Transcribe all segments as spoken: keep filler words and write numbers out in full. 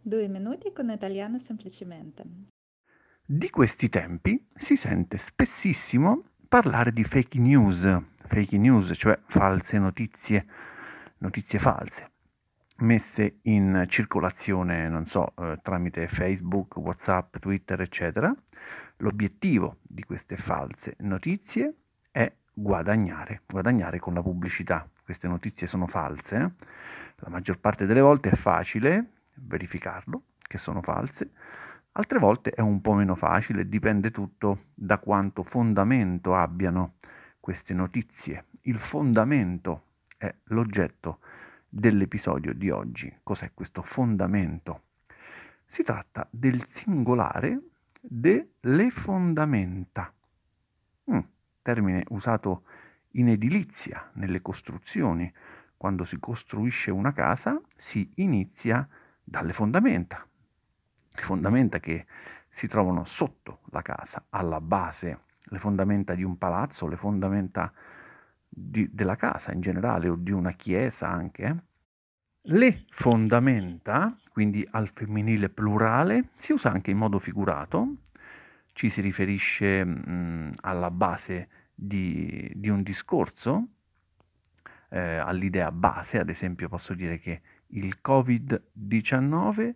Due minuti con italiano semplicemente. Di questi tempi si sente spessissimo parlare di fake news, fake news, cioè false notizie, notizie false, messe in circolazione, non so, eh, tramite Facebook, WhatsApp, Twitter, eccetera. L'obiettivo di queste false notizie è guadagnare, guadagnare con la pubblicità. Queste notizie sono false, eh? La maggior parte delle volte è facile verificarlo, che sono false, altre volte è un po' meno facile, dipende tutto da quanto fondamento abbiano queste notizie. Il fondamento è l'oggetto dell'episodio di oggi. Cos'è questo fondamento? Si tratta del singolare delle fondamenta. Mm, termine usato in edilizia, nelle costruzioni. Quando si costruisce una casa si inizia dalle fondamenta. Le fondamenta che si trovano sotto la casa, alla base, le fondamenta di un palazzo, le fondamenta di, della casa in generale o di una chiesa anche. eh. Le fondamenta, quindi al femminile plurale, si usa anche in modo figurato, ci si riferisce mh, alla base di, di un discorso, eh, all'idea base, ad esempio posso dire che il covid diciannove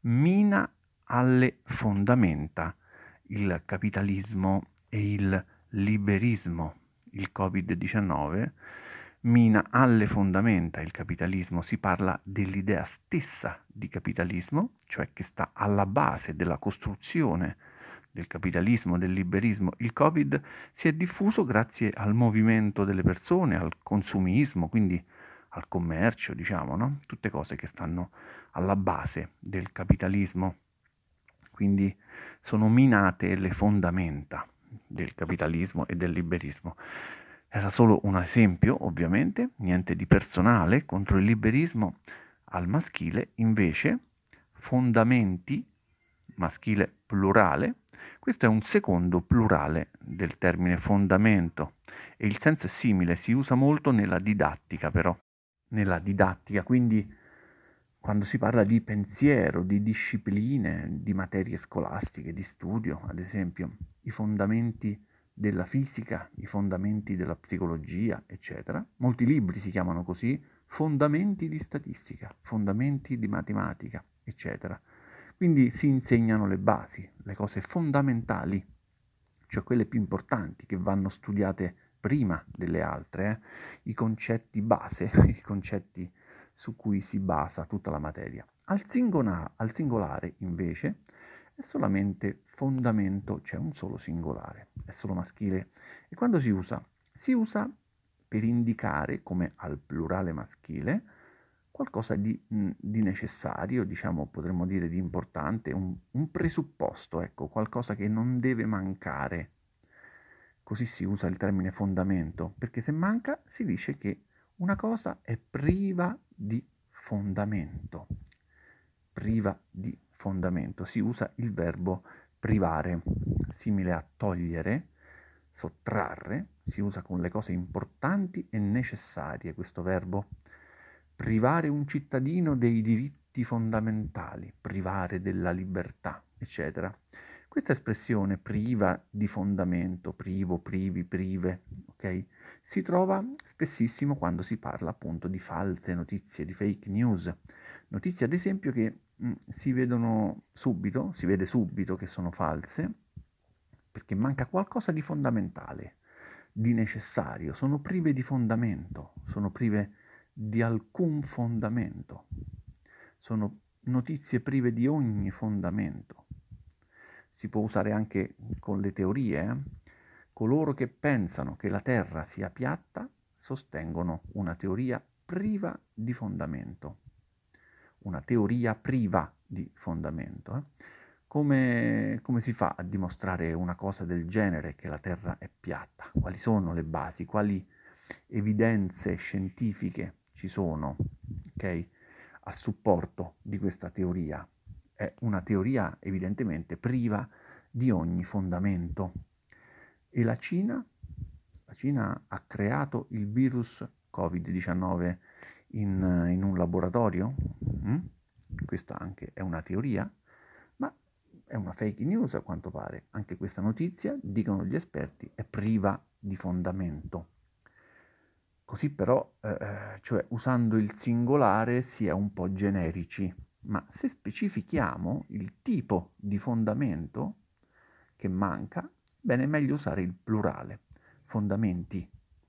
mina alle fondamenta il capitalismo e il liberismo. Il covid diciannove mina alle fondamenta il capitalismo, si parla dell'idea stessa di capitalismo, cioè che sta alla base della costruzione del capitalismo, del liberismo. Il Covid si è diffuso grazie al movimento delle persone, al consumismo, quindi al commercio, diciamo, no? Tutte cose che stanno alla base del capitalismo. Quindi sono minate le fondamenta del capitalismo e del liberismo. Era solo un esempio, ovviamente, niente di personale contro il liberismo al maschile, invece fondamenti, maschile plurale, questo è un secondo plurale del termine fondamento e il senso è simile, si usa molto nella didattica però, nella didattica, quindi quando si parla di pensiero, di discipline, di materie scolastiche, di studio, ad esempio, i fondamenti della fisica, i fondamenti della psicologia, eccetera. Molti libri si chiamano così, fondamenti di statistica, fondamenti di matematica, eccetera. Quindi si insegnano le basi, le cose fondamentali, cioè quelle più importanti che vanno studiate prima delle altre, eh? I concetti base, i concetti su cui si basa tutta la materia. Al, singola- al singolare, invece, è solamente fondamento, c'è un solo singolare, è solo maschile. E quando si usa? Si usa per indicare, come al plurale maschile, qualcosa di, mh, di necessario, diciamo, potremmo dire di importante, un, un presupposto, ecco, qualcosa che non deve mancare. Così si usa il termine fondamento, perché se manca si dice che una cosa è priva di fondamento. Priva di fondamento. Si usa il verbo privare, simile a togliere, sottrarre, si usa con le cose importanti e necessarie questo verbo. Privare un cittadino dei diritti fondamentali, privare della libertà, eccetera. Questa espressione priva di fondamento, privo, privi, prive, ok? Si trova spessissimo quando si parla appunto di false notizie, di fake news. Notizie ad esempio che mh, si vedono subito, si vede subito che sono false, perché manca qualcosa di fondamentale, di necessario, sono prive di fondamento, sono prive di alcun fondamento, sono notizie prive di ogni fondamento. Si può usare anche con le teorie. Eh? Coloro che pensano che la Terra sia piatta sostengono una teoria priva di fondamento. Una teoria priva di fondamento. Eh? Come, come si fa a dimostrare una cosa del genere, che la Terra è piatta? Quali sono le basi? Quali evidenze scientifiche ci sono, okay, a supporto di questa teoria? È una teoria evidentemente priva di ogni fondamento. E la Cina? La Cina ha creato il virus covid diciannove in, in un laboratorio? Mm? questa anche è una teoria, ma è una fake news a quanto pare. Anche questa notizia, dicono gli esperti, è priva di fondamento. Così però, eh, cioè usando il singolare si è un po' generici, ma se specifichiamo il tipo di fondamento che manca, bene, è meglio usare il plurale, fondamenti,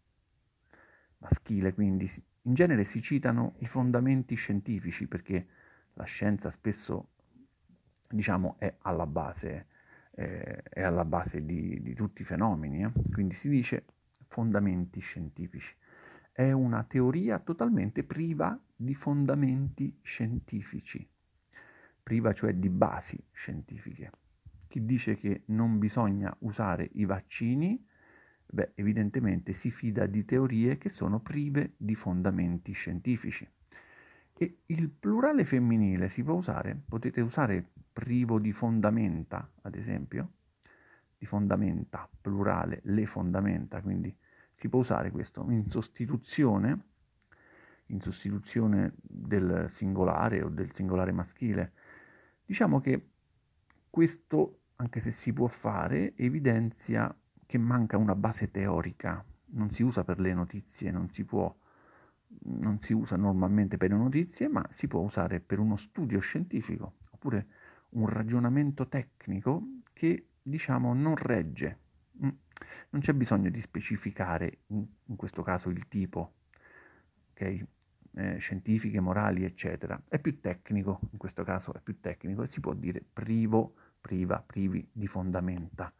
maschile, quindi in genere si citano i fondamenti scientifici perché la scienza spesso, diciamo, è alla base, eh, è alla base di, di tutti i fenomeni, eh? Quindi si dice fondamenti scientifici. È una teoria totalmente priva di fondamenti scientifici, priva cioè di basi scientifiche. Chi dice che non bisogna usare i vaccini, beh, evidentemente si fida di teorie che sono prive di fondamenti scientifici. E il plurale femminile si può usare? Potete usare privo di fondamenta, ad esempio, di fondamenta, plurale, le fondamenta, quindi si può usare questo in sostituzione, in sostituzione del singolare o del singolare maschile. Diciamo che questo, anche se si può fare, evidenzia che manca una base teorica, non si usa per le notizie, non si può, non si usa normalmente per le notizie, ma si può usare per uno studio scientifico, oppure un ragionamento tecnico che, diciamo, non regge. Mm. Non c'è bisogno di specificare, in, in questo caso, il tipo, ok? Eh, scientifiche, morali, eccetera. È più tecnico, in questo caso è più tecnico, e si può dire privo, priva, privi di fondamenta.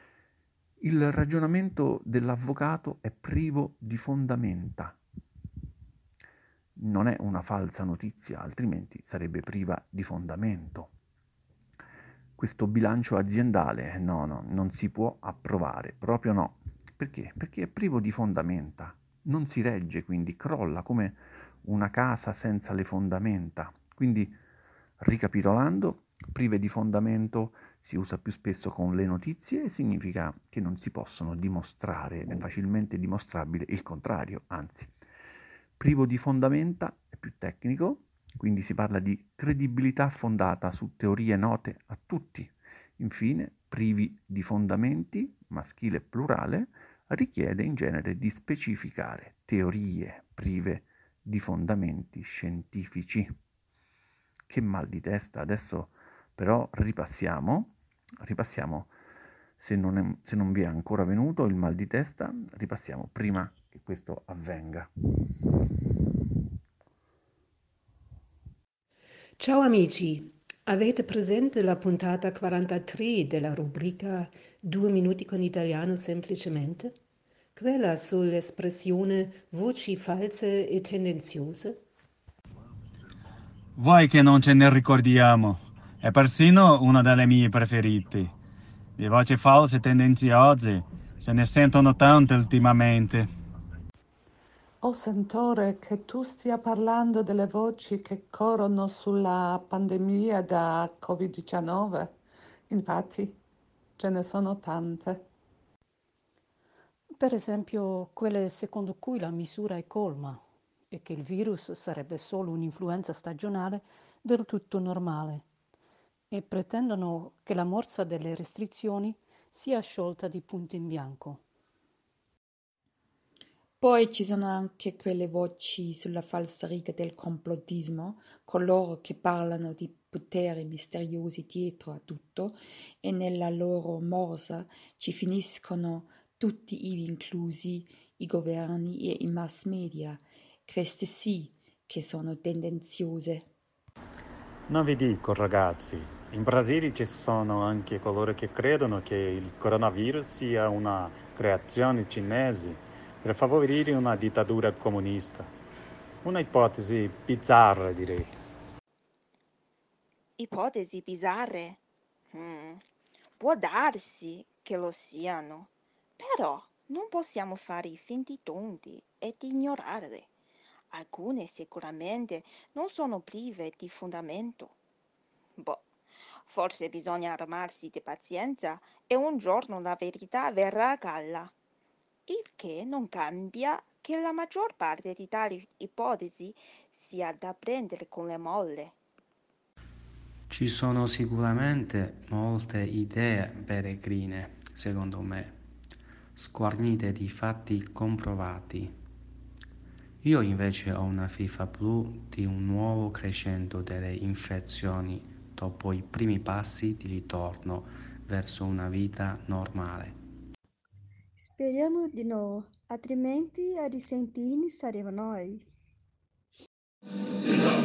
Il ragionamento dell'avvocato è privo di fondamenta. Non è una falsa notizia, altrimenti sarebbe priva di fondamento. Questo bilancio aziendale, no, no, non si può approvare, proprio no. Perché? Perché è privo di fondamenta, non si regge, quindi crolla come una casa senza le fondamenta. Quindi, ricapitolando, prive di fondamento si usa più spesso con le notizie e significa che non si possono dimostrare, è facilmente dimostrabile il contrario, anzi. Privo di fondamenta è più tecnico, quindi si parla di credibilità fondata su teorie note a tutti. Infine, privi di fondamenti, maschile e plurale, richiede in genere di specificare teorie prive di fondamenti scientifici. Che mal di testa, adesso però ripassiamo, ripassiamo, se non, è, se non vi è ancora venuto il mal di testa, ripassiamo prima che questo avvenga. Ciao amici, avete presente la puntata quarantatré della rubrica Due minuti con italiano semplicemente? Quella sull'espressione voci false e tendenziose? Vuoi che non ce ne ricordiamo? È persino una delle mie preferite. Le voci false e tendenziose se ne sentono tante ultimamente. Ho sentore che tu stia parlando delle voci che corrono sulla pandemia da covid diciannove. Infatti, ce ne sono tante. Per esempio, quelle secondo cui la misura è colma e che il virus sarebbe solo un'influenza stagionale del tutto normale e pretendono che la morsa delle restrizioni sia sciolta di punto in bianco. Poi ci sono anche quelle voci sulla falsariga del complottismo, coloro che parlano di poteri misteriosi dietro a tutto e nella loro morsa ci finiscono tutti ivi inclusi i governi e i mass media. Queste sì che sono tendenziose. Non vi dico, ragazzi, in Brasile ci sono anche coloro che credono che il coronavirus sia una creazione cinese per favorire una dittatura comunista. Una ipotesi bizzarra, direi. Ipotesi bizzarre? Mm, può darsi che lo siano, però non possiamo fare i finti tonti ed ignorarle. Alcune sicuramente non sono prive di fondamento. Boh, forse bisogna armarsi di pazienza e un giorno la verità verrà a galla. Il che non cambia che la maggior parte di tali ipotesi sia da prendere con le molle. Ci sono sicuramente molte idee peregrine, secondo me, sguarnite di fatti comprovati. Io invece ho una fifa blu di un nuovo crescendo delle infezioni dopo i primi passi di ritorno verso una vita normale. Speriamo di no, altrimenti a risentirne saremo noi.